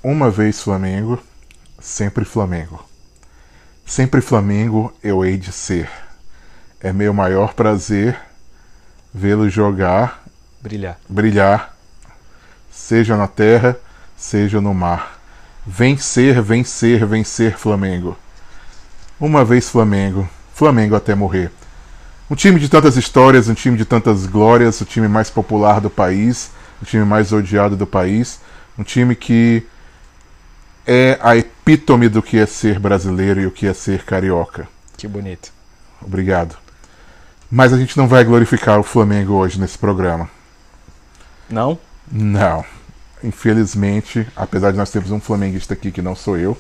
Uma vez Flamengo, sempre Flamengo. Sempre Flamengo eu hei de ser. É meu maior prazer vê-lo jogar, brilhar, seja na terra, seja no mar. Vencer, vencer, vencer Flamengo. Uma vez Flamengo, Flamengo até morrer. Um time de tantas histórias, um time de tantas glórias, o time mais popular do país, o time mais odiado do país, um time que é a epítome do que é ser brasileiro e o que é ser carioca. Que bonito. Obrigado. Mas a gente não vai glorificar o Flamengo hoje nesse programa. Não? Não. Infelizmente, apesar de nós termos um flamenguista aqui que não sou eu.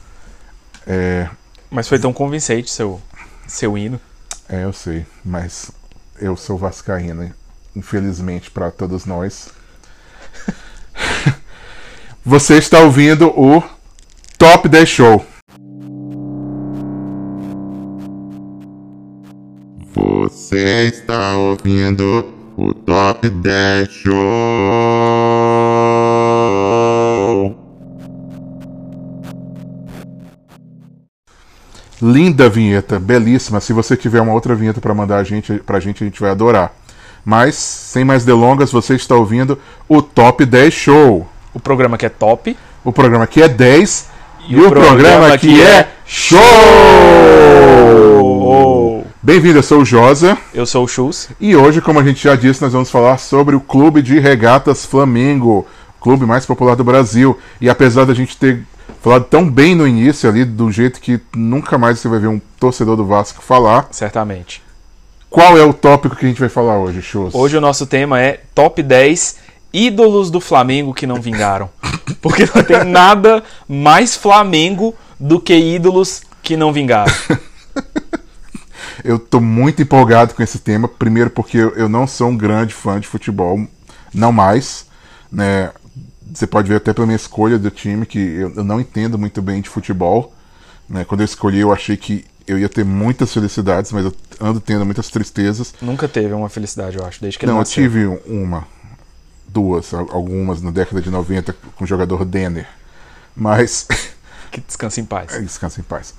Mas foi tão convincente seu hino. Eu sei, mas eu sou vascaíno, infelizmente para todos nós. Você está ouvindo o Top 10 Show. Você está ouvindo o Top 10 Show. Linda vinheta, belíssima. Se você tiver uma outra vinheta para mandar pra gente, a gente vai adorar. Mas, sem mais delongas, você está ouvindo o Top 10 Show. O programa que é top. O programa que é 10 e o programa que é show! Bem-vindo, eu sou o Josa. Eu sou o Chus. E hoje, como a gente já disse, nós vamos falar sobre o Clube de Regatas Flamengo, o clube mais popular do Brasil. E apesar da gente ter falado tão bem no início ali, do jeito que nunca mais você vai ver um torcedor do Vasco falar. Certamente. Qual é o tópico que a gente vai falar hoje, Chus? Hoje o nosso tema é Top 10 ídolos do Flamengo que não vingaram. Porque não tem nada mais Flamengo do que ídolos que não vingaram. Eu tô muito empolgado com esse tema. Primeiro porque eu não sou um grande fã de futebol, não mais, né? Você pode ver até pela minha escolha do time que eu não entendo muito bem de futebol, né? Quando eu escolhi, eu achei que eu ia ter muitas felicidades, mas eu ando tendo muitas tristezas. Nunca teve uma felicidade, eu acho, desde que ele nasceu. Eu tive algumas na década de 90 com o jogador Denner, mas... Que descanse em paz. Descanse em paz.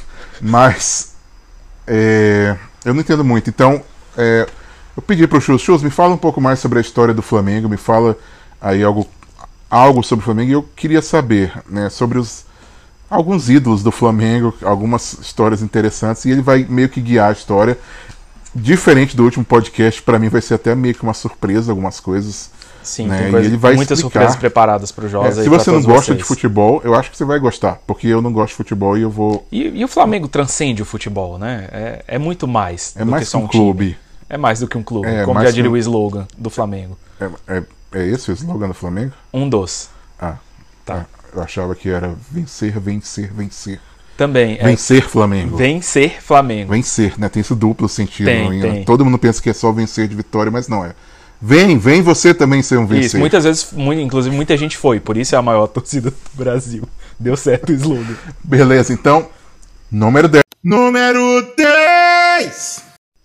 Mas eu não entendo muito, então eu pedi pro Chus, me fala um pouco mais sobre a história do Flamengo, me fala aí algo sobre o Flamengo, e eu queria saber, né, sobre alguns ídolos do Flamengo, algumas histórias interessantes, e ele vai meio que guiar a história. Diferente do último podcast, para mim vai ser até meio que uma surpresa, algumas coisas. Sim, né? tem E ele vai muitas surpresas preparadas pro Josa. Se você não gosta de futebol, eu acho que você vai gostar, porque eu não gosto de futebol e eu vou... E o Flamengo transcende o futebol, né? É muito mais do que só um clube. Time. É mais do que um clube, como já diria o slogan do Flamengo. É esse o slogan do Flamengo? Um dos. Tá. Eu achava que era vencer, vencer, vencer. Também. Vencer Flamengo. Vencer Flamengo. Vencer, né? Tem esse duplo sentido. Tem. Todo mundo pensa que é só vencer de vitória, mas não é. Vem você também ser um vencer. Isso, muitas vezes, inclusive muita gente foi, por isso é a maior torcida do Brasil. Deu certo o slogan. Beleza, então, número 10. Número 10!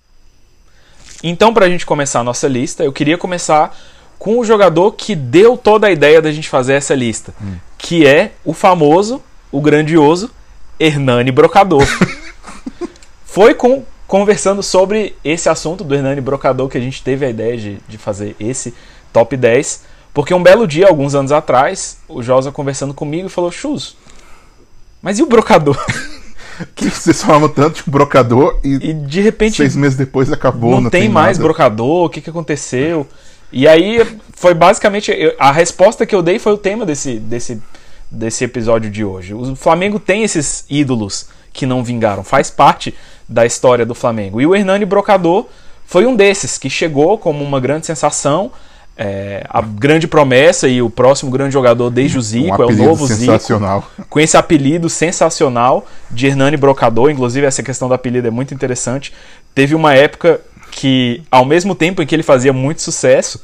Então, pra gente começar a nossa lista, eu queria começar com o jogador que deu toda a ideia da gente fazer essa lista, que é o famoso, o grandioso Hernani Brocador. Foi conversando sobre esse assunto do Hernani Brocador que a gente teve a ideia de fazer esse top 10, porque um belo dia, alguns anos atrás, o Josa conversando comigo e falou: Chus, mas e o Brocador? Que vocês falam tanto de Brocador e de repente 6 meses depois acabou, não tem mais nada. Brocador, o que aconteceu? E aí foi basicamente a resposta que eu dei foi o tema desse episódio de hoje. O Flamengo tem esses ídolos que não vingaram, faz parte da história do Flamengo. E o Hernani Brocador foi um desses que chegou como uma grande sensação, a grande promessa e o próximo grande jogador desde o Zico, é o novo sensacional. Zico, com esse apelido sensacional de Hernani Brocador. Inclusive essa questão do apelido é muito interessante. Teve uma época que, ao mesmo tempo em que ele fazia muito sucesso,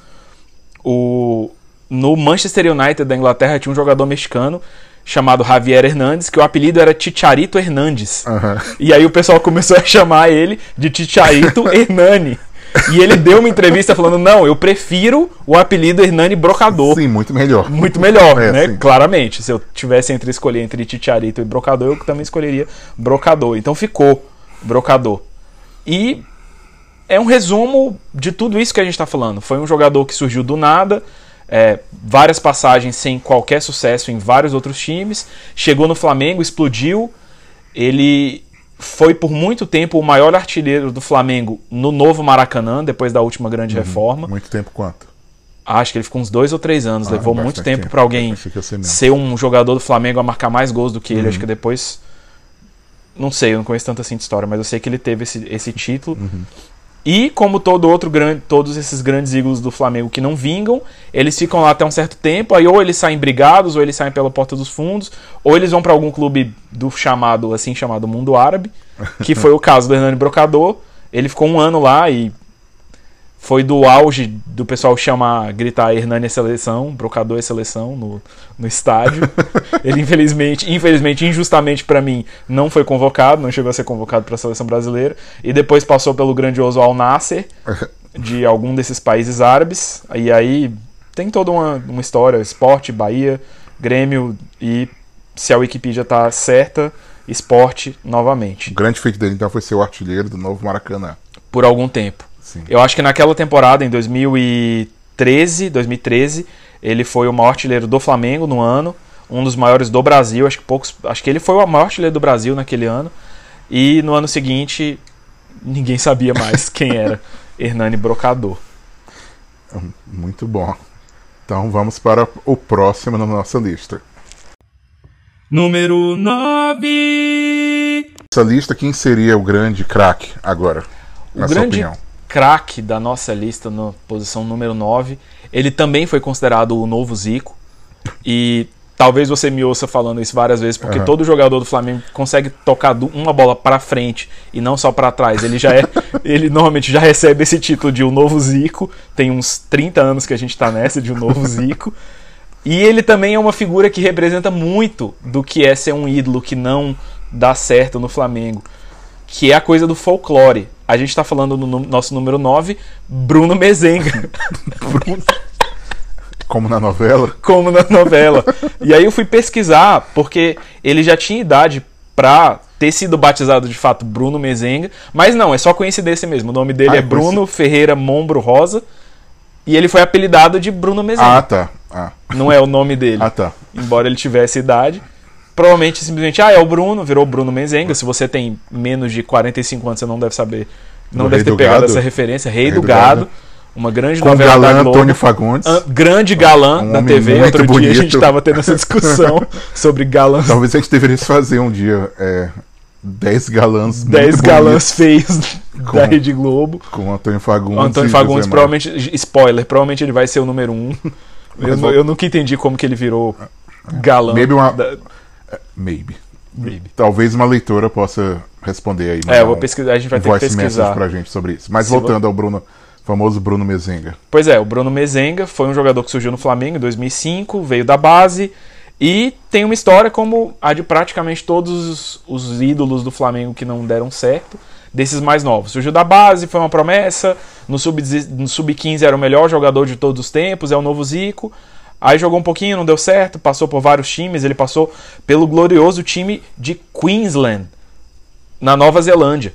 no Manchester United da Inglaterra tinha um jogador mexicano chamado Javier Hernández, que o apelido era Chicharito Hernández. E aí o pessoal começou a chamar ele de Chicharito Hernani. E ele deu uma entrevista falando, não, eu prefiro o apelido Hernani Brocador. Sim, muito melhor. Muito melhor, né? Sim. Claramente. Se eu tivesse entre escolher entre Chicharito e Brocador, eu também escolheria Brocador. Então ficou Brocador. E é um resumo de tudo isso que a gente está falando. Foi um jogador que surgiu do nada, várias passagens sem qualquer sucesso em vários outros times, chegou no Flamengo, explodiu. Ele foi por muito tempo o maior artilheiro do Flamengo no novo Maracanã, depois da última grande reforma. Muito tempo quanto? Acho que ele ficou uns 2 ou 3 anos. Levou muito tempo para alguém assim ser um jogador do Flamengo a marcar mais gols do que ele. Acho que depois... Não sei, eu não conheço tanto assim de história, mas eu sei que ele teve esse título. E como todos esses grandes ídolos do Flamengo que não vingam, eles ficam lá até um certo tempo, aí ou eles saem brigados, ou eles saem pela porta dos fundos, ou eles vão para algum clube do chamado mundo árabe, que foi o caso do Hernani Brocador. Ele ficou 1 ano lá e foi do auge do pessoal gritar Hernani é seleção, Brocador é seleção no estádio. Ele infelizmente, injustamente para mim, não foi convocado, não chegou a ser convocado para a seleção brasileira, e depois passou pelo grandioso Al Nassr, de algum desses países árabes, e aí tem toda uma história, Sport, Bahia, Grêmio, e se a Wikipedia tá certa, Sport novamente. O grande feito dele então foi ser o artilheiro do novo Maracanã. Por algum tempo. Sim. Eu acho que naquela temporada, em 2013, ele foi o maior artilheiro do Flamengo no ano, um dos maiores do Brasil, acho que ele foi o maior artilheiro do Brasil naquele ano, e no ano seguinte ninguém sabia mais quem era Hernani Brocador. Muito bom. Então vamos para o próximo na nossa lista. Número 9. Essa lista, quem seria o grande craque agora, na sua opinião? Craque da nossa lista na posição número 9, ele também foi considerado o novo Zico, e talvez você me ouça falando isso várias vezes, porque todo jogador do Flamengo consegue tocar uma bola para frente e não só para trás. Ele normalmente já recebe esse título de o novo Zico. Tem uns 30 anos que a gente tá nessa de o novo Zico. E ele também é uma figura que representa muito do que é ser um ídolo que não dá certo no Flamengo, que é a coisa do folclore. A gente tá falando no nosso número 9, Bruno Mezenga. Como na novela? Como na novela. E aí eu fui pesquisar, porque ele já tinha idade pra ter sido batizado de fato Bruno Mezenga, mas não, é só coincidência mesmo. O nome dele é Bruno Ferreira Mombro Rosa, e ele foi apelidado de Bruno Mezenga. Ah, tá. Não é o nome dele. Ah, tá. Embora ele tivesse idade. Provavelmente, simplesmente, é o Bruno, virou Bruno Mezenga. Se você tem menos de 45 anos, você não deve saber, não deve ter pegado essa referência. Rei do Gado. Uma grande novela da Globo. Antônio Fagundes. Grande galã da TV. Outro dia a gente estava tendo essa discussão sobre galãs. Talvez a gente deveria fazer um dia 10 galãs 10 galãs feios da Rede Globo. Com Antônio Fagundes. Antônio Fagundes, provavelmente, spoiler, provavelmente ele vai ser o número 1. Eu nunca entendi como que ele virou galã. Maybe. Talvez uma leitora possa responder aí. Eu vou pesquisar, a gente vai ter que pesquisar pra gente sobre isso. Mas voltando ao famoso Bruno Mezenga. Pois é, o Bruno Mezenga foi um jogador que surgiu no Flamengo em 2005, veio da base e tem uma história como a de praticamente todos os ídolos do Flamengo que não deram certo, desses mais novos. Surgiu da base, foi uma promessa, no Sub-15 era o melhor jogador de todos os tempos, é o novo Zico. Aí jogou um pouquinho, não deu certo, passou por vários times, ele passou pelo glorioso time de Queensland, na Nova Zelândia.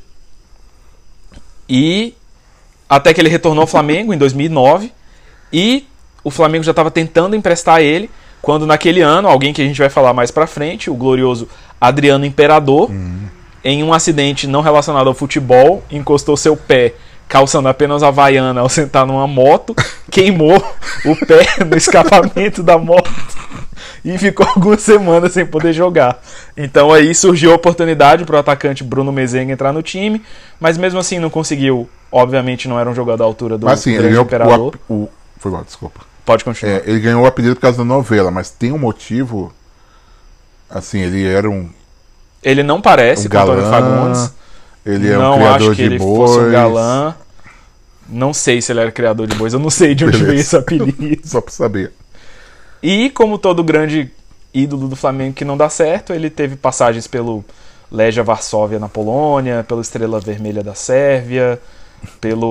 E até que ele retornou ao Flamengo em 2009, e o Flamengo já estava tentando emprestar ele, quando naquele ano, alguém que a gente vai falar mais pra frente, o glorioso Adriano Imperador, em um acidente não relacionado ao futebol, encostou seu pé calçando apenas a Havaiana ao sentar numa moto, queimou o pé no escapamento da moto e ficou algumas semanas sem poder jogar. Então aí surgiu a oportunidade para o atacante Bruno Mezenga entrar no time, mas mesmo assim não conseguiu. Obviamente não era um jogador da altura do Imperador. Foi mal, desculpa. Pode continuar. Ele ganhou o apelido por causa da novela, mas tem um motivo. Assim, ele era Ele não parece com o Antônio Fagundes. Ele é não um criador acho que de ele bois. fosse um galã. Não sei se ele era criador de bois. Eu não sei de onde veio esse apelido. Só pra saber. E como todo grande ídolo do Flamengo que não dá certo, ele teve passagens pelo Legia Varsóvia na Polônia, pelo Estrela Vermelha da Sérvia, pelo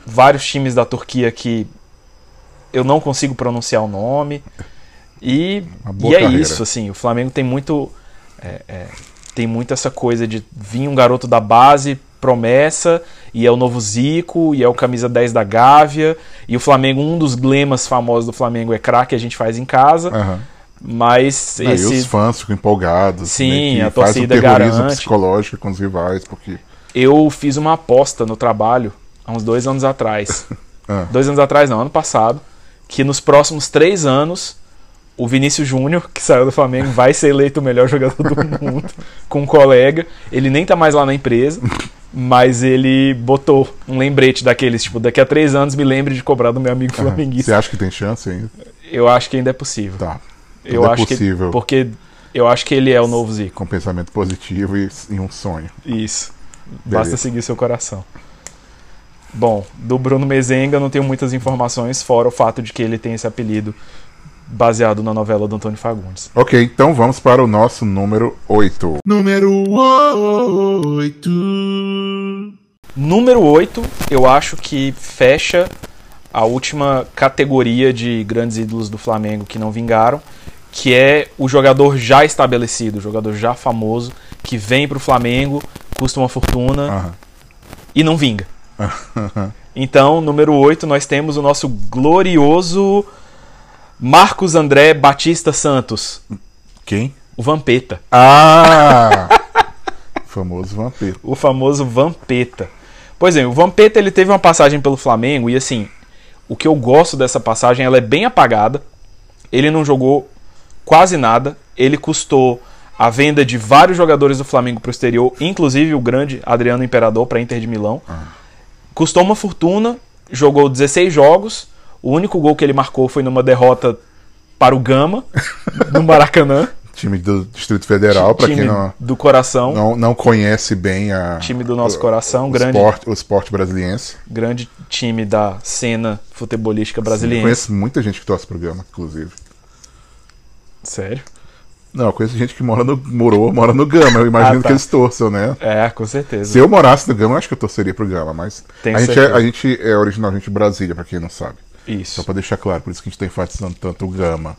vários times da Turquia que eu não consigo pronunciar o nome. E é carreira. isso, assim, o Flamengo tem muito essa coisa de vir um garoto da base, promessa, e é o novo Zico, e é o camisa 10 da Gávea, e o Flamengo, um dos lemas famosos do Flamengo é craque, a gente faz em casa, mas E os fãs ficam empolgados. Sim, né, a torcida faz um terrorismo garante. psicológico com os rivais, porque... Eu fiz uma aposta no trabalho há uns 2 anos atrás. 2 anos atrás não, ano passado, que nos próximos 3 anos o Vinícius Júnior, que saiu do Flamengo, vai ser eleito o melhor jogador do mundo com um colega. Ele nem tá mais lá na empresa, mas ele botou um lembrete daqueles, tipo, daqui a 3 anos me lembre de cobrar do meu amigo flamenguista. Você acha que tem chance ainda? Eu acho que ainda é possível. Tá. Eu acho possível. Porque eu acho que ele é o novo Zico. Com pensamento positivo e um sonho. Isso. Beleza. Basta seguir seu coração. Bom, do Bruno Mezenga eu não tenho muitas informações, fora o fato de que ele tem esse apelido baseado na novela do Antônio Fagundes. Ok, então vamos para o nosso número 8. Número 8. Número 8, eu acho que fecha a última categoria de grandes ídolos do Flamengo que não vingaram, que é o jogador já estabelecido, o jogador já famoso, que vem pro Flamengo, custa uma fortuna e não vinga. Então, número 8, nós temos o nosso glorioso Marcos André Batista Santos. Quem? O Vampeta. Famoso Vampeta. O famoso Vampeta. Pois é, o Vampeta ele teve uma passagem pelo Flamengo e assim, o que eu gosto dessa passagem, ela é bem apagada. Ele não jogou quase nada. Ele custou a venda de vários jogadores do Flamengo para o exterior, inclusive o grande Adriano Imperador para a Inter de Milão. Custou uma fortuna, jogou 16 jogos. O único gol que ele marcou foi numa derrota para o Gama, no Maracanã. Time do Distrito Federal, para quem do coração. Não conhece bem time do nosso coração, o esporte brasiliense. Grande time da cena futebolística brasileira. Eu conheço muita gente que torce pro Gama, inclusive. Sério? Não, eu conheço gente que mora no Gama. Eu imagino que eles torçam, né? É, com certeza. Se eu morasse no Gama, eu acho que eu torceria pro Gama, mas a gente é originalmente de Brasília, pra quem não sabe. Isso. Só pra deixar claro, por isso que a gente tá enfatizando tanto o Gama.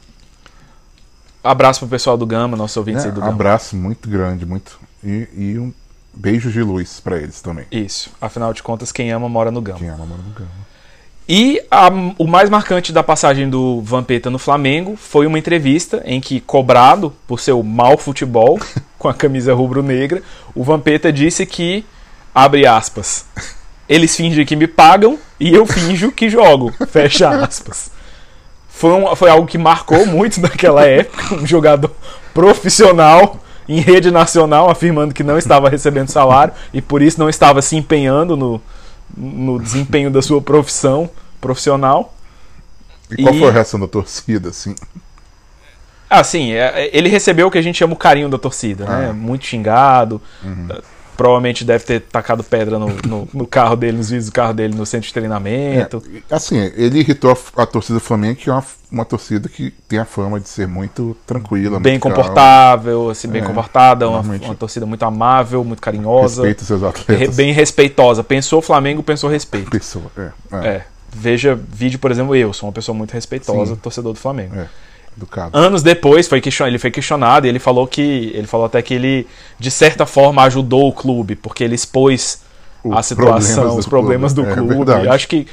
Abraço pro pessoal do Gama, nossos ouvintes aí do Gama. Abraço muito grande, e um beijo de luz pra eles também. Isso. Afinal de contas, quem ama mora no Gama. Quem ama mora no Gama. E o mais marcante da passagem do Vampeta no Flamengo foi uma entrevista em que, cobrado por seu mau futebol, com a camisa rubro-negra, o Vampeta disse que, abre aspas, eles fingem que me pagam e eu finjo que jogo, fecha aspas. Foi algo que marcou muito naquela época, um jogador profissional em rede nacional afirmando que não estava recebendo salário e por isso não estava se empenhando no desempenho da sua profissão profissional. E qual foi a reação da torcida, assim? Assim, ele recebeu o que a gente chama o carinho da torcida, né? Muito xingado, provavelmente deve ter tacado pedra no carro dele, nos vidros do carro dele no centro de treinamento. Assim, ele irritou a torcida do Flamengo, que é uma torcida que tem a fama de ser muito tranquila, bem muito comportável, assim, bem comportada, uma torcida muito amável, muito carinhosa. Respeita seus atletas. Bem respeitosa. Pensou Flamengo, pensou respeito. Veja vídeo, por exemplo, eu sou uma pessoa muito respeitosa, torcedor do Flamengo. Educado. Anos depois ele foi questionado e ele falou até que ele, de certa forma, ajudou o clube, porque ele expôs a situação, os problemas do clube. Acho que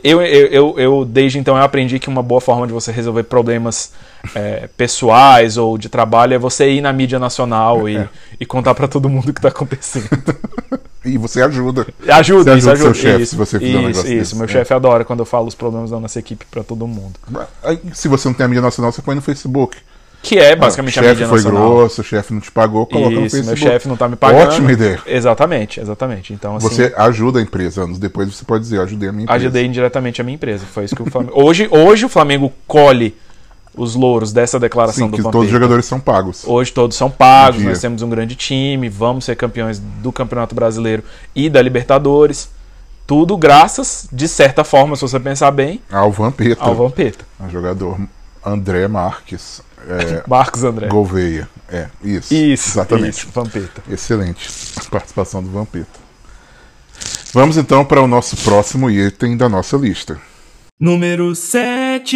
eu desde então eu aprendi que uma boa forma de você resolver problemas pessoais ou de trabalho é você ir na mídia nacional e contar pra todo mundo o que tá acontecendo. E você ajuda. Ajuda. Seu chefe, se você fizer um negócio desse. Isso, meu chefe adora quando eu falo os problemas da nossa equipe pra todo mundo. Aí, se você não tem a mídia nacional, você põe no Facebook. Que é basicamente a mídia nacional. O chefe foi grosso, o chefe não te pagou, coloca no Facebook. Meu chefe não tá me pagando. Ótima ideia. Exatamente. Então, assim, você ajuda a empresa. Anos depois você pode dizer, eu ajudei a minha empresa. Ajudei indiretamente a minha empresa. Foi isso que o Flamengo... Hoje o Flamengo colhe os louros dessa declaração do Vampeta. Todos os jogadores são pagos. Hoje todos são pagos, nós temos um grande time, vamos ser campeões do Campeonato Brasileiro e da Libertadores. Tudo graças, de certa forma, se você pensar bem, ao Vampeta. O jogador André Marques. Marcos André Gouveia. Isso, exatamente. Vampeta. Excelente participação do Vampeta. Vamos então para o nosso próximo item da nossa lista. Número 7.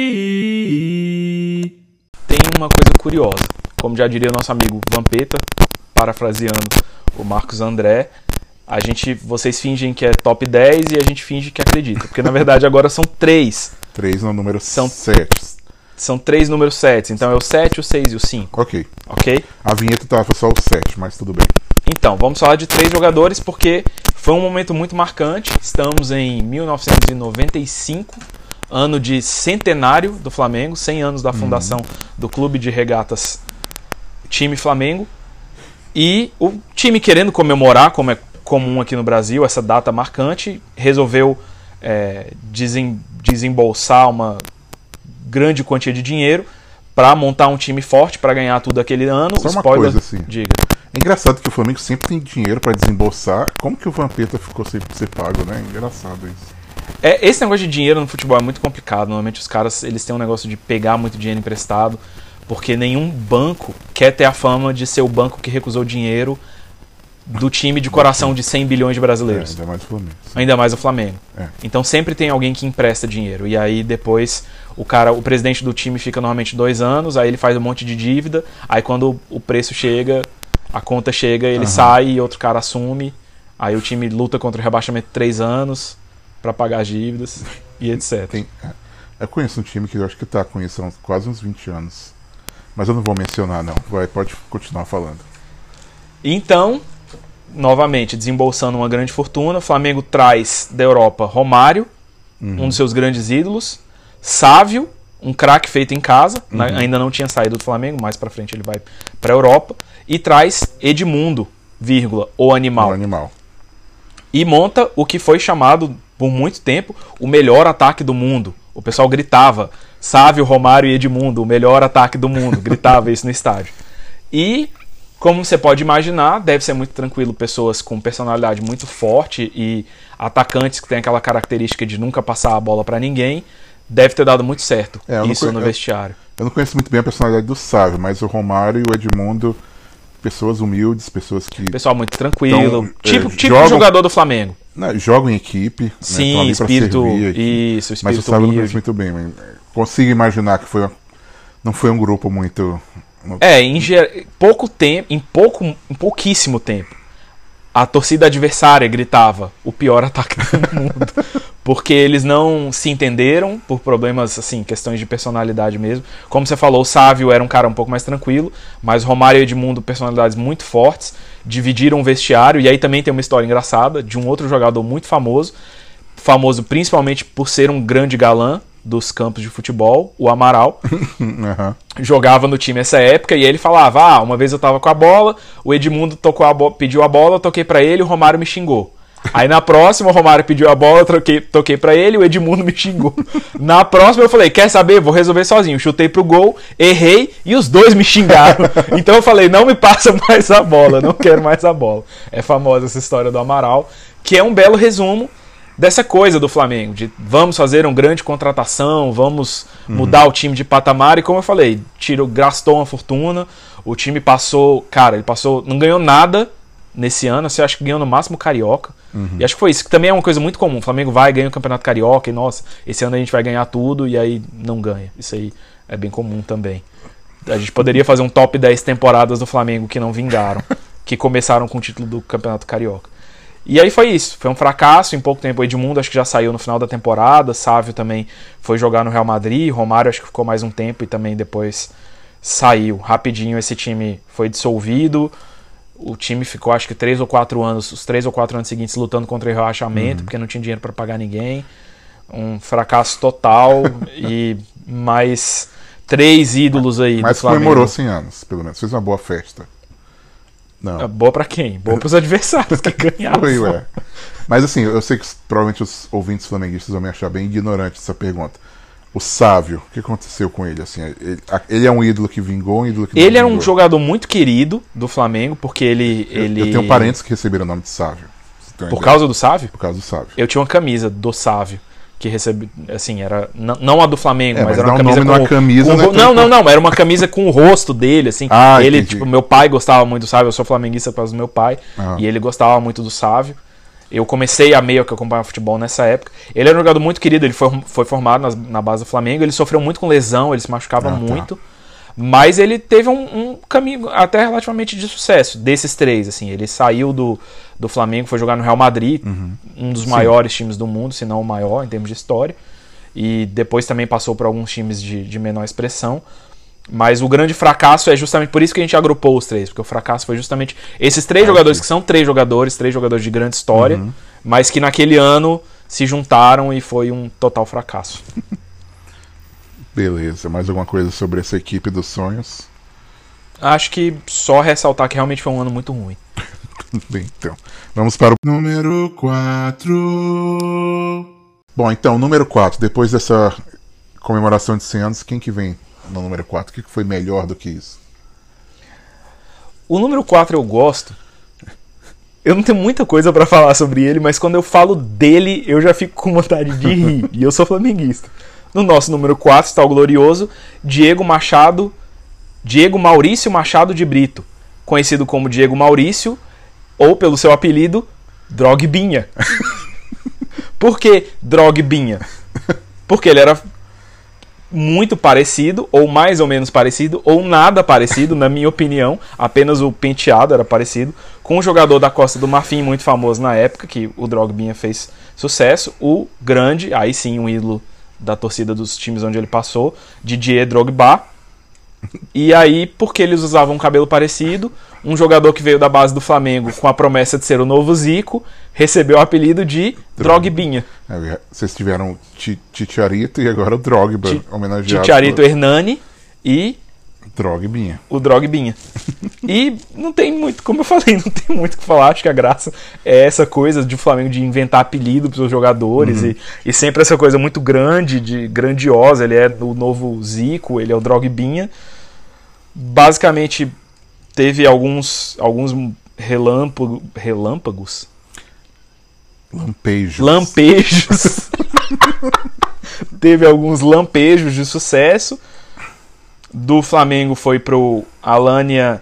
Tem uma coisa curiosa. Como já diria o nosso amigo Vampeta, parafraseando o Marcos André, vocês fingem que é top 10 e a gente finge que acredita. Porque na verdade agora são 3. 3 no número 7. São 3 números 7. Então é o 7, o 6 e o 5. Ok. Ok? A vinheta tava só o 7, mas tudo bem. Então, vamos falar de 3 jogadores porque foi um momento muito marcante. Estamos em 1995, ano de centenário do Flamengo, 100 anos da fundação do Clube de Regatas Time Flamengo. E o time, querendo comemorar, como é comum aqui no Brasil, essa data marcante, resolveu desembolsar uma grande quantia de dinheiro para montar um time forte para ganhar tudo aquele ano. Só uma Spoiler, coisa assim. diga. É engraçado que o Flamengo sempre tem dinheiro para desembolsar. Como que o Vampeta ficou sem ser pago, né? Engraçado isso. Esse negócio de dinheiro no futebol é muito complicado. Normalmente os caras eles têm um negócio de pegar muito dinheiro emprestado, porque nenhum banco quer ter a fama de ser o banco que recusou dinheiro do time de coração de 100 bilhões de brasileiros. Ainda mais o Flamengo. Ainda mais o Flamengo. É. Então sempre tem alguém que empresta dinheiro. E aí depois o presidente do time fica normalmente 2 anos, aí ele faz um monte de dívida, aí quando o preço chega, a conta chega, ele sai e outro cara assume. Aí o time luta contra o rebaixamento 3 anos para pagar as dívidas e etc. Eu conheço um time que eu acho que tá com isso há quase uns 20 anos. Mas eu não vou mencionar, não. Pode continuar falando. Então, novamente, desembolsando uma grande fortuna, o Flamengo traz da Europa Romário, um dos seus grandes ídolos, Sávio, um craque feito em casa, ainda não tinha saído do Flamengo, mais pra frente ele vai pra Europa, e traz Edmundo, o animal. O animal. E monta o que foi chamado por muito tempo o melhor ataque do mundo. O pessoal gritava, Sávio, Romário e Edmundo, o melhor ataque do mundo, gritava isso no estádio. E, como você pode imaginar, deve ser muito tranquilo pessoas com personalidade muito forte e atacantes que têm aquela característica de nunca passar a bola pra ninguém. Deve ter dado muito certo isso no vestiário. Eu não conheço muito bem a personalidade do Sávio, mas o Romário e o Edmundo, pessoas humildes, pessoas que... Pessoal muito tranquilo, então, tipo jogador do Flamengo. Jogam em equipe. Sim, né, espírito, isso, espírito mas o Sávio eu não humilde. conheço muito bem. Mas consigo imaginar que não foi um grupo muito... Em pouquíssimo tempo, a torcida adversária gritava o pior ataque do mundo. Porque eles não se entenderam por problemas, assim, questões de personalidade mesmo. Como você falou, o Sávio era um cara um pouco mais tranquilo, mas Romário e Edmundo, personalidades muito fortes, dividiram o vestiário. E aí também tem uma história engraçada de um outro jogador muito famoso principalmente por ser um grande galã dos campos de futebol, o Amaral. Jogava no time nessa época e ele falava, uma vez eu tava com a bola, o Edmundo pediu a bola, eu toquei pra ele, o Romário me xingou. Aí na próxima o Romário pediu a bola, toquei pra ele, o Edmundo me xingou. Na próxima eu falei, quer saber? Vou resolver sozinho. Chutei pro gol, errei e os dois me xingaram. Então eu falei, não me passa mais a bola, não quero mais a bola. É famosa essa história do Amaral, que é um belo resumo dessa coisa do Flamengo, de vamos fazer uma grande contratação, vamos mudar o time de patamar, e como eu falei, gastou uma fortuna, o time não ganhou nada nesse ano, você acha que ganhou no máximo Carioca, e acho que foi isso, que também é uma coisa muito comum, o Flamengo vai, ganha o Campeonato Carioca, e nossa, esse ano a gente vai ganhar tudo, e aí não ganha, isso aí é bem comum também. A gente poderia fazer um top 10 temporadas do Flamengo que não vingaram, que começaram com o título do Campeonato Carioca. E aí foi isso, foi um fracasso, em pouco tempo o Edmundo acho que já saiu no final da temporada, Sávio também foi jogar no Real Madrid, Romário acho que ficou mais um tempo e também depois saiu. Rapidinho esse time foi dissolvido, o time ficou acho que os 3 ou 4 anos seguintes lutando contra o rebaixamento, porque não tinha dinheiro para pagar ninguém, um fracasso total e mais 3 ídolos aí mas do Flamengo. Mas comemorou 100 anos, pelo menos, fez uma boa festa. Não. Boa pra quem? Boa pros adversários que ganharam. Mas assim, eu sei que provavelmente os ouvintes flamenguistas vão me achar bem ignorante essa pergunta. O Sávio, o que aconteceu com ele? Assim, ele é um ídolo que vingou, um ídolo que ele era um jogador muito querido do Flamengo, porque ele... Eu tenho parentes que receberam o nome de Sávio. Por causa do Sávio? Por causa do Sávio. Eu tinha uma camisa do Sávio, que recebeu, assim, era não a do Flamengo, mas era uma camisa com era uma camisa com o rosto dele, assim. Ele, entendi. tipo, meu pai gostava muito do Sávio, eu sou flamenguista por causa do meu pai, e ele gostava muito do Sávio. Eu comecei a meio que acompanhar futebol nessa época. Ele era um jogador muito querido, ele foi formado na base do Flamengo, ele sofreu muito com lesão, ele se machucava muito. Mas ele teve um caminho até relativamente de sucesso, desses três, assim. Ele saiu do Flamengo, foi jogar no Real Madrid, um dos maiores times do mundo, se não o maior em termos de história. E depois também passou por alguns times de menor expressão. Mas o grande fracasso é justamente por isso que a gente agrupou os três, porque o fracasso foi justamente esses três jogadores, que são três jogadores de grande história, mas que naquele ano se juntaram e foi um total fracasso. Beleza, mais alguma coisa sobre essa equipe dos sonhos? Acho que só ressaltar que realmente foi um ano muito ruim. Bem, então, vamos para o número 4. Bom, então, número 4, depois dessa comemoração de 100 anos, quem que vem no número 4? O que foi melhor do que isso? O número 4 eu gosto. Eu não tenho muita coisa pra falar sobre ele, mas quando eu falo dele, eu já fico com vontade de rir. E eu sou flamenguista. No nosso número 4 está o glorioso Diego Maurício Machado de Brito, conhecido como Diego Maurício, ou pelo seu apelido, Drogbinha. Por que Drogbinha? Porque ele era muito parecido, ou mais ou menos parecido, ou nada parecido, na minha opinião, apenas o penteado era parecido, com um jogador da Costa do Marfim muito famoso na época, que o Drogbinha fez sucesso, o grande, aí sim um ídolo da torcida dos times onde ele passou, Didier Drogba. E aí, porque eles usavam um cabelo parecido, um jogador que veio da base do Flamengo com a promessa de ser o novo Zico, recebeu o apelido de Drogbinha. Vocês tiveram Titiarito e agora o Drogba, homenageado. Titiarito Hernani e Drogbinha. O Drogbinha. E não tem muito, como eu falei, não tem muito o que falar. Acho que a graça é essa coisa de o Flamengo de inventar apelido para os jogadores e sempre essa coisa muito grande, grandiosa. Ele é o novo Zico, ele é o Drogbinha. Basicamente, teve alguns relâmpagos. Lampejos. Teve alguns lampejos de sucesso. Do Flamengo foi pro Alanya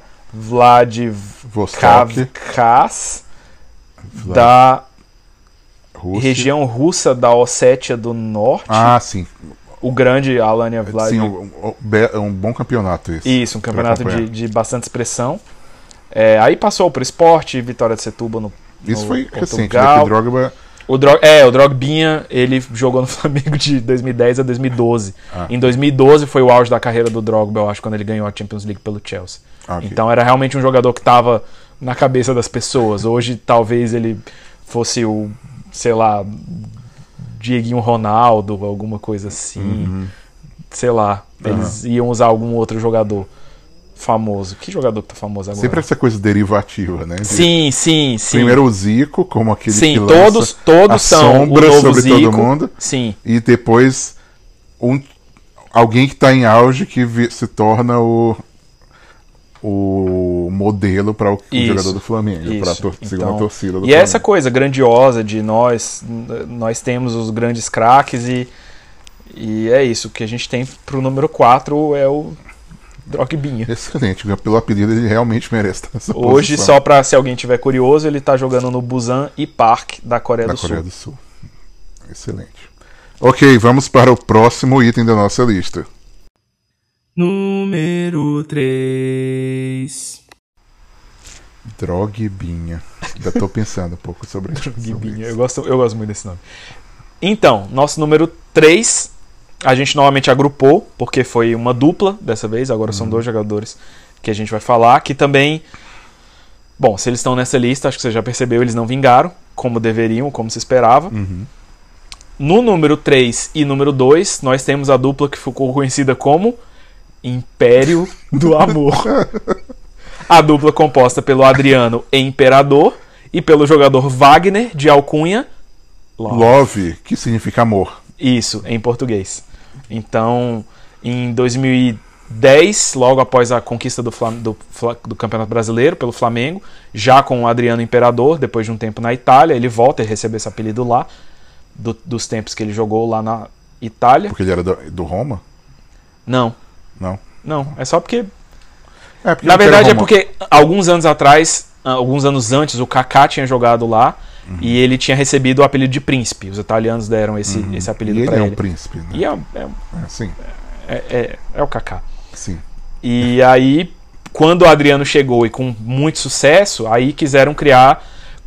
Vladivostok, da região russa da Ossétia do Norte. Ah, sim. O grande Alanya Vladivostok. Sim, é um bom campeonato esse. Isso, um campeonato de bastante expressão. Aí passou pro Sport, Vitória de Setúbal no Isso foi Portugal. recente, né? Que Drogba... O Drogbinha, ele jogou no Flamengo de 2010 a 2012. Em 2012 foi o auge da carreira do Drogba, eu acho, quando ele ganhou a Champions League pelo Chelsea. Okay. Então era realmente um jogador que estava na cabeça das pessoas. Hoje talvez ele fosse o, sei lá, Dieguinho Ronaldo, alguma coisa assim. Sei lá, eles iam usar algum outro jogador famoso. Que jogador que tá famoso agora? Sempre essa coisa derivativa, né? Sim. Primeiro o Zico, como aquele que lança todos a são sombra o novo sobre Zico. todo mundo. Sim. E depois alguém que está em auge que se torna o modelo para o jogador do Flamengo, para a segunda torcida do Flamengo. E é essa coisa grandiosa de nós temos os grandes craques e é isso. O que a gente tem pro número 4 é o Drogbinha. Excelente, pelo apelido ele realmente merece estar nessa Hoje, posição. só para se alguém tiver curioso, ele tá jogando no Busan Park da Coreia do Sul. Excelente. Ok, vamos para o próximo item da nossa lista. Número 3. Drogbinha. Ainda tô pensando um pouco sobre isso. Drogbinha, eu gosto muito desse nome. Então, nosso número 3, a gente novamente agrupou, porque foi uma dupla dessa vez, agora são dois jogadores que a gente vai falar, que também, bom, se eles estão nessa lista, acho que você já percebeu, eles não vingaram, como deveriam, como se esperava. No número 3 e número 2, nós temos a dupla que ficou conhecida como Império do Amor. A dupla composta pelo Adriano Imperador e pelo jogador Wagner de alcunha Love, que significa amor. Isso, em português. Então, em 2010, logo após a conquista do Campeonato Brasileiro pelo Flamengo, já com o Adriano Imperador, depois de um tempo na Itália, ele volta e recebe esse apelido lá, dos tempos que ele jogou lá na Itália. Porque ele era do Roma? Não, é só porque... porque na verdade é porque alguns anos atrás, alguns anos antes, o Kaká tinha jogado lá, E ele tinha recebido o apelido de príncipe. Os italianos deram esse apelido para ele. Ele é um príncipe, né? E sim. É o Kaká. Sim. E aí, quando o Adriano chegou e com muito sucesso, aí quiseram criar...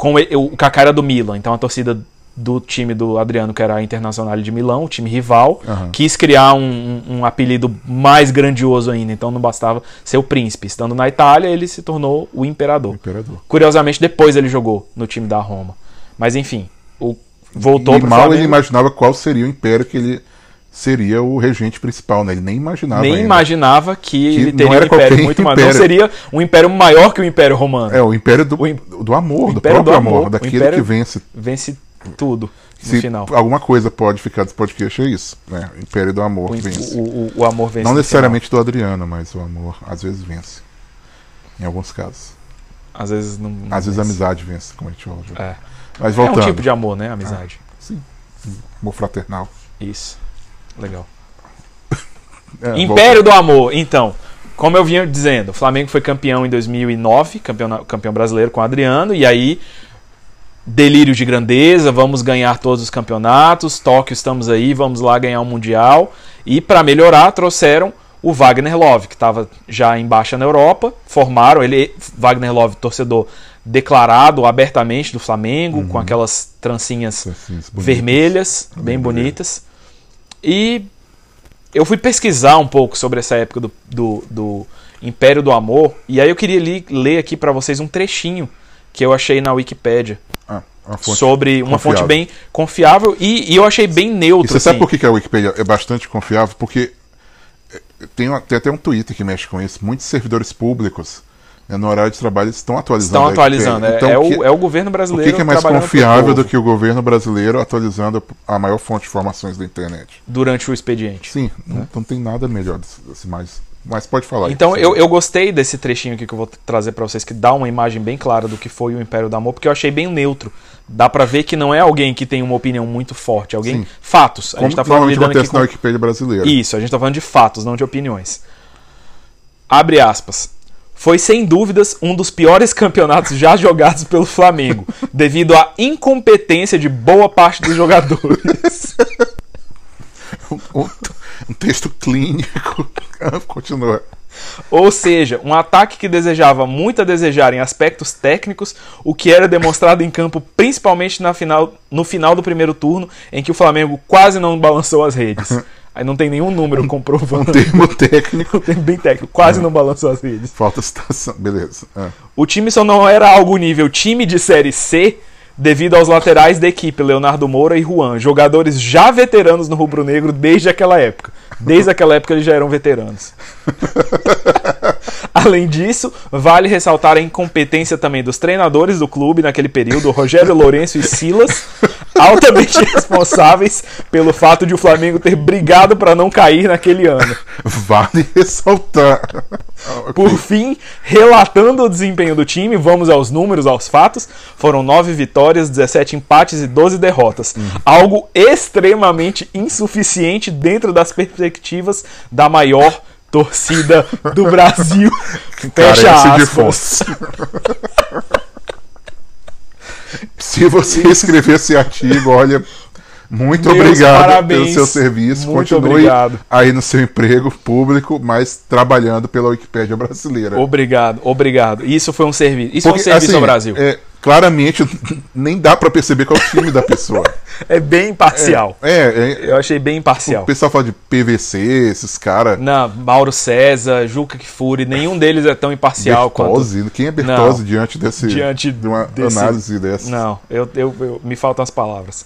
O Kaká era do Milan, então a torcida do time do Adriano, que era a Internazionale de Milão, o time rival, quis criar um apelido mais grandioso ainda, então não bastava ser o príncipe. Estando na Itália, ele se tornou o imperador. Curiosamente, depois ele jogou no time da Roma. Mas enfim, voltou para o Flamengo. Ele imaginava qual seria o império que ele seria o regente principal, né? Ele nem imaginava imaginava que ele teria um império muito maior. Não seria um império maior que o Império Romano. É, o império do amor, do próprio amor, daquele que vence tudo no final. Alguma coisa pode ficar desse podcast, é isso, né? O Império do Amor vence. O amor vence. Não necessariamente do Adriano, mas o amor às vezes vence. Em alguns casos. Às vezes não às vezes a amizade vence, como a gente fala. Mas voltando. É um tipo de amor, né? Amizade. Sim. Amor fraternal. Isso. Legal. Império do Amor. Então, como eu vinha dizendo, o Flamengo foi campeão em 2009, campeão brasileiro com o Adriano, e aí delírio de grandeza, vamos ganhar todos os campeonatos, Tóquio estamos aí, vamos lá ganhar um Mundial. E para melhorar, trouxeram o Wagner Love, que estava já em baixa na Europa, formaram ele, Wagner Love, torcedor declarado abertamente do Flamengo, com aquelas trancinhas vermelhas, bem bonitas. E eu fui pesquisar um pouco sobre essa época do Império do Amor, e aí eu queria ler aqui para vocês um trechinho que eu achei na Wikipédia. Sobre uma fonte bem confiável e eu achei bem neutro. E você sabe por que a Wikipédia é bastante confiável? Porque tem até um Twitter que mexe com isso. Muitos servidores públicos, né, no horário de trabalho, estão atualizando. Então, é o governo brasileiro. O que é mais confiável do que o governo brasileiro atualizando a maior fonte de informações da internet? Durante o expediente. Sim, não tem nada melhor assim, mas pode falar. Então, eu gostei desse trechinho aqui que eu vou trazer para vocês, que dá uma imagem bem clara do que foi o Império do Amor, porque eu achei bem neutro. Dá pra ver que não é alguém que tem uma opinião muito forte, alguém... Sim. Fatos. A gente tá falando acontece na Wikipédia brasileira. Isso, a gente tá falando de fatos, não de opiniões. Abre aspas. Foi sem dúvidas um dos piores campeonatos já jogados pelo Flamengo, devido à incompetência de boa parte dos jogadores. Um texto clínico. Continua. Ou seja, um ataque que desejava muito a desejar em aspectos técnicos, o que era demonstrado em campo principalmente no final do primeiro turno, em que o Flamengo quase não balançou as redes. Aí não tem nenhum número comprovando. Um termo técnico. Um termo bem técnico. Quase não balançou as redes. Falta citação. Beleza. O time só não era algo nível time de Série C devido aos laterais da equipe, Leonardo Moura e Juan, jogadores já veteranos no rubro-negro desde aquela época. Desde aquela época eles já eram veteranos. Além disso, vale ressaltar a incompetência também dos treinadores do clube naquele período, Rogério Lourenço e Silas, altamente responsáveis pelo fato de o Flamengo ter brigado para não cair naquele ano. Vale ressaltar. Por fim, relatando o desempenho do time, vamos aos números, aos fatos. Foram 9 vitórias, 17 empates e 12 derrotas. Algo extremamente insuficiente dentro das perspectivas da maior torcida do Brasil. Fecha aspas. Se você escrever esse artigo, olha, muito obrigado pelo seu serviço. Continue aí no seu emprego público, mas trabalhando pela Wikipédia brasileira. Obrigado. Isso foi um serviço. Isso é um serviço ao Brasil. Claramente, nem dá pra perceber qual é o time da pessoa. É bem imparcial. Eu achei bem imparcial. O pessoal fala de PVC, esses caras. Não, Mauro César, Juca Kfouri, nenhum deles é tão imparcial Bertozzi, quanto... Quem é Bertozzi diante de uma análise dessa? Não, me faltam as palavras.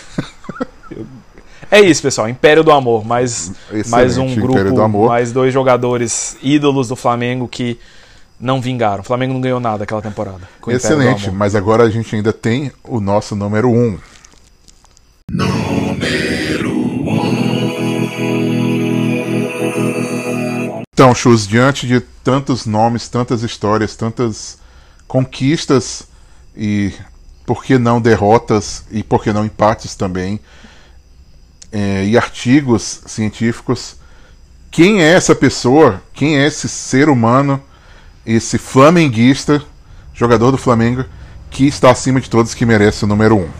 É isso, pessoal. Império do Amor. Mais um grupo, mais 2 jogadores ídolos do Flamengo que não vingaram. O Flamengo não ganhou nada aquela temporada. Excelente, mas agora a gente ainda tem o nosso número 1. Então, Chus, diante de tantos nomes, tantas histórias, tantas conquistas e, por que não, derrotas e, por que não, empates também, e artigos científicos, quem é essa pessoa, quem é esse ser humano, esse flamenguista, jogador do Flamengo, que está acima de todos, que merece o número 1.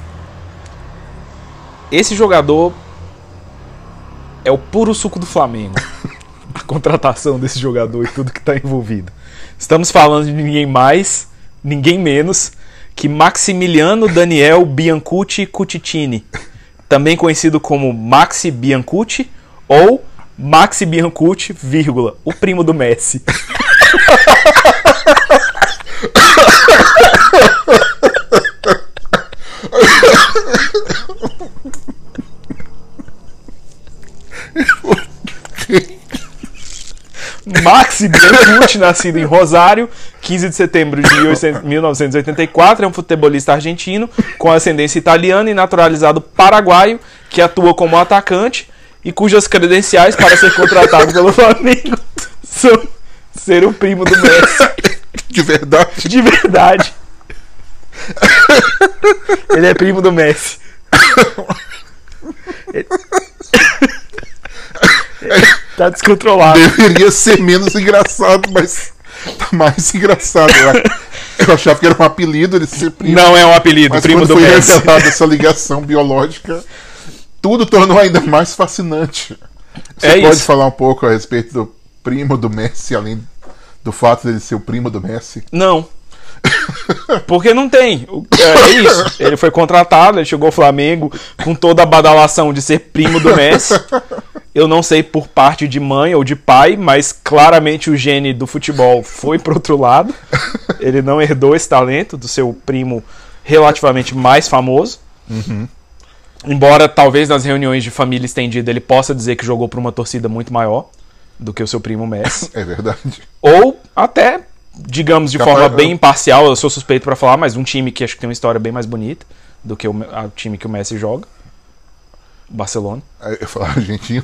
Esse jogador é o puro suco do Flamengo. A contratação desse jogador e tudo que está envolvido. Estamos falando de ninguém mais, ninguém menos que Maximiliano Daniel Biancucci Cutitini, também conhecido como Maxi Biancucci ou Maxi Biancucci, vírgula, o primo do Messi. Maxi Biancucci, nascido em Rosário, 15 de setembro de 1984, é um futebolista argentino com ascendência italiana e naturalizado paraguaio, que atua como atacante e cujas credenciais para ser contratado pelo Flamengo são ser o primo do Messi. De verdade? De verdade. Ele é primo do Messi. Tá descontrolado. Deveria ser menos engraçado, mas tá mais engraçado. Eu achava que era um apelido ele ser primo. Não é um apelido, mas primo quando do foi Messi. revelada essa ligação biológica, tudo tornou ainda mais fascinante. Você pode falar um pouco a respeito do primo do Messi, além do fato dele ser o primo do Messi? Não. Porque não tem. É isso. Ele foi contratado, ele chegou ao Flamengo com toda a badalação de ser primo do Messi. Eu não sei por parte de mãe ou de pai, mas claramente o gene do futebol foi pro outro lado. Ele não herdou esse talento do seu primo relativamente mais famoso. Uhum. Embora talvez nas reuniões de família estendida ele possa dizer que jogou para uma torcida muito maior do que o seu primo Messi. É verdade. Ou até, digamos de forma bem imparcial, eu sou suspeito para falar, mas um time que acho que tem uma história bem mais bonita do que o time que o Messi joga. Barcelona. Eu ia falar Argentina.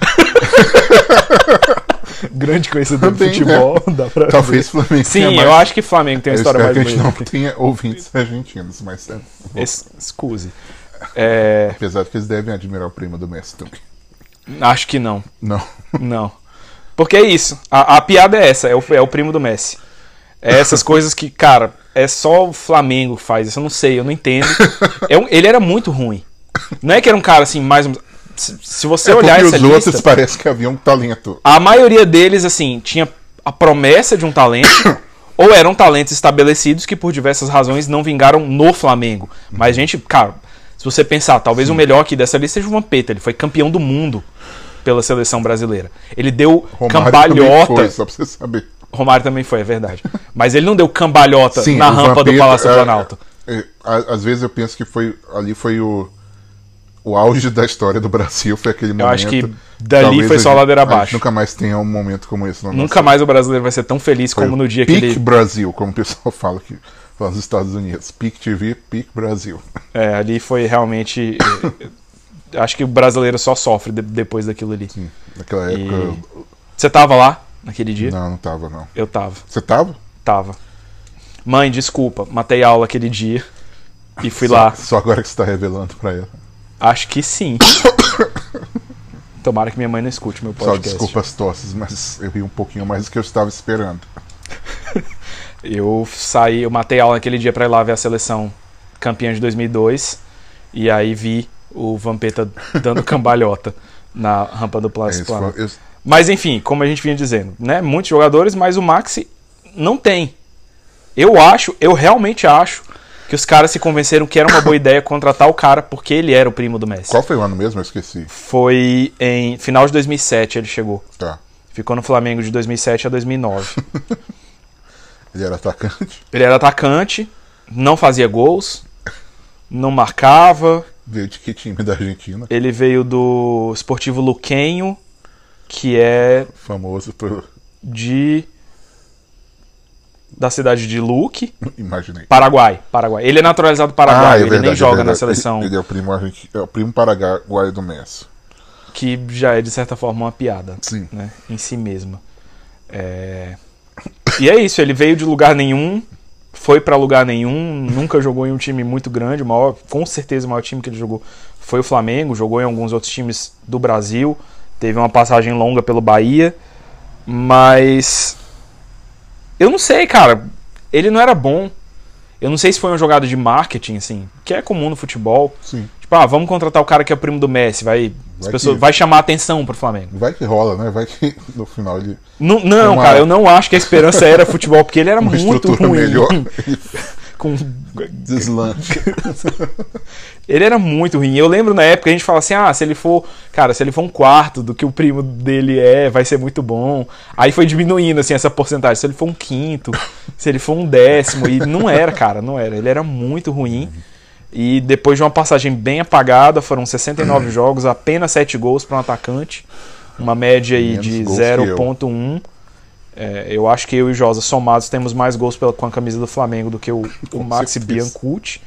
Grande conhecedor Também, do futebol. né? Dá pra Talvez ver. Flamengo. Sim, eu acho que Flamengo tem uma história mais bonita. A gente não tenha ouvintes argentinos, mas excuse. Apesar de que eles devem admirar o primo do Messi também. Acho que não. Não. Não. Porque é isso. A piada é essa, é o primo do Messi. É essas coisas que, cara, é só o Flamengo que faz isso. Eu não sei, eu não entendo. Ele era muito ruim. Não é que era um cara assim, mais. Se você olhar essa lista. Os outros parece que havia um talento. A maioria deles, assim, tinha a promessa de um talento, ou eram talentos estabelecidos que por diversas razões não vingaram no Flamengo. Mas, gente, cara, se você pensar, talvez o melhor aqui dessa lista seja o Vampeta. Ele foi campeão do mundo pela seleção brasileira. Ele deu Romário cambalhota. Foi, só pra você saber. Romário também foi, é verdade. Mas ele não deu cambalhota na rampa Vampeta, do Palácio do Planalto. Às vezes eu penso que ali foi o auge da história do Brasil, foi aquele momento. Eu acho que dali foi só ladeira abaixo. Nunca mais tenha um momento como esse. Nunca mais o brasileiro vai ser tão feliz como no dia que ele... Peak Brasil, como o pessoal fala aqui nos Estados Unidos. Peak TV, Peak Brasil. Ali foi realmente... Acho que o brasileiro só sofre depois daquilo ali. Sim, naquela época... Você tava lá naquele dia? Não tava, não. Eu tava. Você tava? Tava. Mãe, desculpa, matei aula aquele dia e fui lá. Só agora que você tá revelando pra ela. Acho que sim. Tomara que minha mãe não escute meu podcast. Só desculpa as tosses, mas eu ri um pouquinho mais do que eu estava esperando. Eu matei aula naquele dia pra ir lá ver a seleção campeã de 2002 e aí vi o Vampeta dando cambalhota na rampa do Palácio do Planalto. Mas enfim, como a gente vinha dizendo, né? Muitos jogadores, mas o Maxi não tem. Eu realmente acho que os caras se convenceram que era uma boa ideia contratar o cara porque ele era o primo do Messi. Qual foi o ano mesmo? Eu esqueci. Foi em final de 2007 ele chegou. Tá. Ficou no Flamengo de 2007 a 2009. Ele era atacante? Ele era atacante, não fazia gols, não marcava. Veio de que time da Argentina? Ele veio do Sportivo Luquenho, que é famoso por... da cidade de Luque. Imaginei. Paraguai. Ele é naturalizado paraguaio, ele verdade, nem joga na seleção. Ele é o primo paraguaio do Messi. Que já é, de certa forma, uma piada. Sim. Né, em si mesma. E é isso, ele veio de lugar nenhum, foi pra lugar nenhum, nunca jogou em um time muito grande, com certeza o maior time que ele jogou foi o Flamengo, jogou em alguns outros times do Brasil, teve uma passagem longa pelo Bahia, mas eu não sei, cara, ele não era bom, Eu não sei se foi uma jogada de marketing, assim, que é comum no futebol. Sim. Tipo, vamos contratar o cara que é o primo do Messi, vai chamar atenção pro Flamengo. Vai que rola, né? Vai que no final ele... Não, cara, eu não acho que a esperança era futebol, porque ele era muito ruim. Melhor. Com deslanche. Ele era muito ruim. Eu lembro na época a gente falava assim: se ele for um quarto do que o primo dele vai ser muito bom. Aí foi diminuindo assim essa porcentagem. Se ele for um quinto, se ele for um décimo. E não era, cara, não era. Ele era muito ruim. E depois de uma passagem bem apagada, foram 69 jogos, apenas 7 gols para um atacante. Uma média aí de 0,1. Eu acho que eu e o Josa somados temos mais gols com a camisa do Flamengo do que o Maxi Biancucci.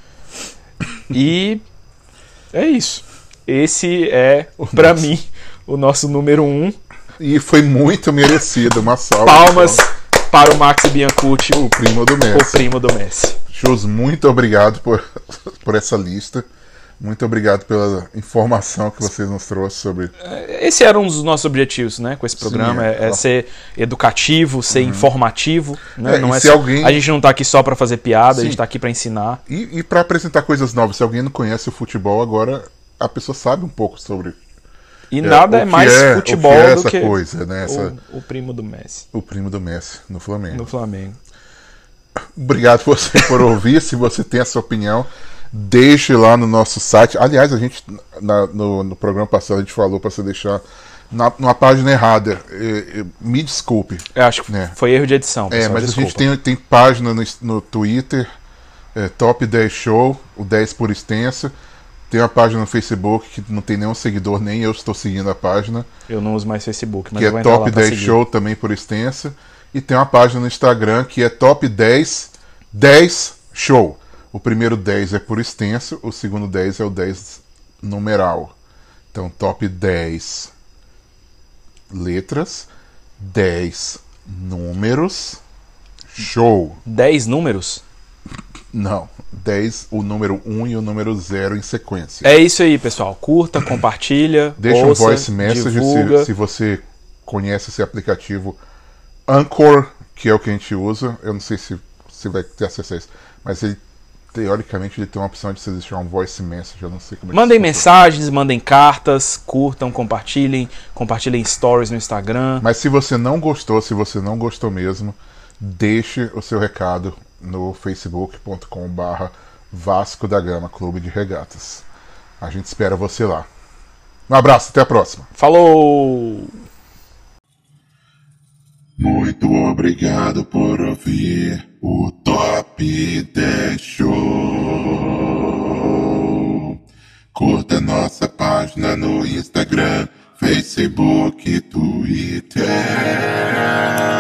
E é isso. Esse é, pra mim, o nosso número 1. E foi muito merecido. Uma salva. Palmas para o Maxi Biancucci, o primo do Messi. O primo do Messi. Jus, muito obrigado por essa lista. Muito obrigado pela informação que vocês nos trouxeram sobre... Esse era um dos nossos objetivos, né, com esse programa. Sim, ser educativo, ser informativo. Né? Não é alguém... A gente não está aqui só para fazer piada, sim, a gente está aqui para ensinar. E para apresentar coisas novas. Se alguém não conhece o futebol, agora a pessoa sabe um pouco sobre... E nada é mais futebol do que coisa, né? O primo do Messi. O primo do Messi no Flamengo. No Flamengo. Obrigado você por ouvir. Se você tem a sua opinião, deixe lá no nosso site. Aliás, a gente no programa passado a gente falou para você deixar numa página errada. Me desculpe. Eu acho que foi erro de edição. Pessoal, mas desculpa. A gente tem página no Twitter, Top 10 Show, o 10 por extenso. Tem uma página no Facebook que não tem nenhum seguidor, nem eu estou seguindo a página. Eu não uso mais Facebook, mas que eu vou é entrar Top lá pra 10 seguir. Show também por extenso. E tem uma página no Instagram que é Top 10 Show. O primeiro 10 é por extenso, o segundo 10 é o 10 numeral. Então, Top 10 letras, 10 números, show. 10 números? Não, 10, o número 1 e o número 0 em sequência. É isso aí, pessoal. Curta, compartilha, deixa ouça, um voice message se você conhece esse aplicativo Anchor, que é o que a gente usa. Eu não sei se você vai ter acesso a isso, mas ele, teoricamente, ele tem uma opção de você deixar um voice message. Eu não sei como é que mandem mensagens, mandem cartas, curtam, compartilhem stories no Instagram. Mas se você não gostou mesmo, deixe o seu recado no facebook.com/Vasco da Gama Clube de Regatas. A gente espera você lá. Um abraço, até a próxima. Falou! Muito obrigado por ouvir o Top 10 Show. Curta nossa página no Instagram, Facebook, Twitter.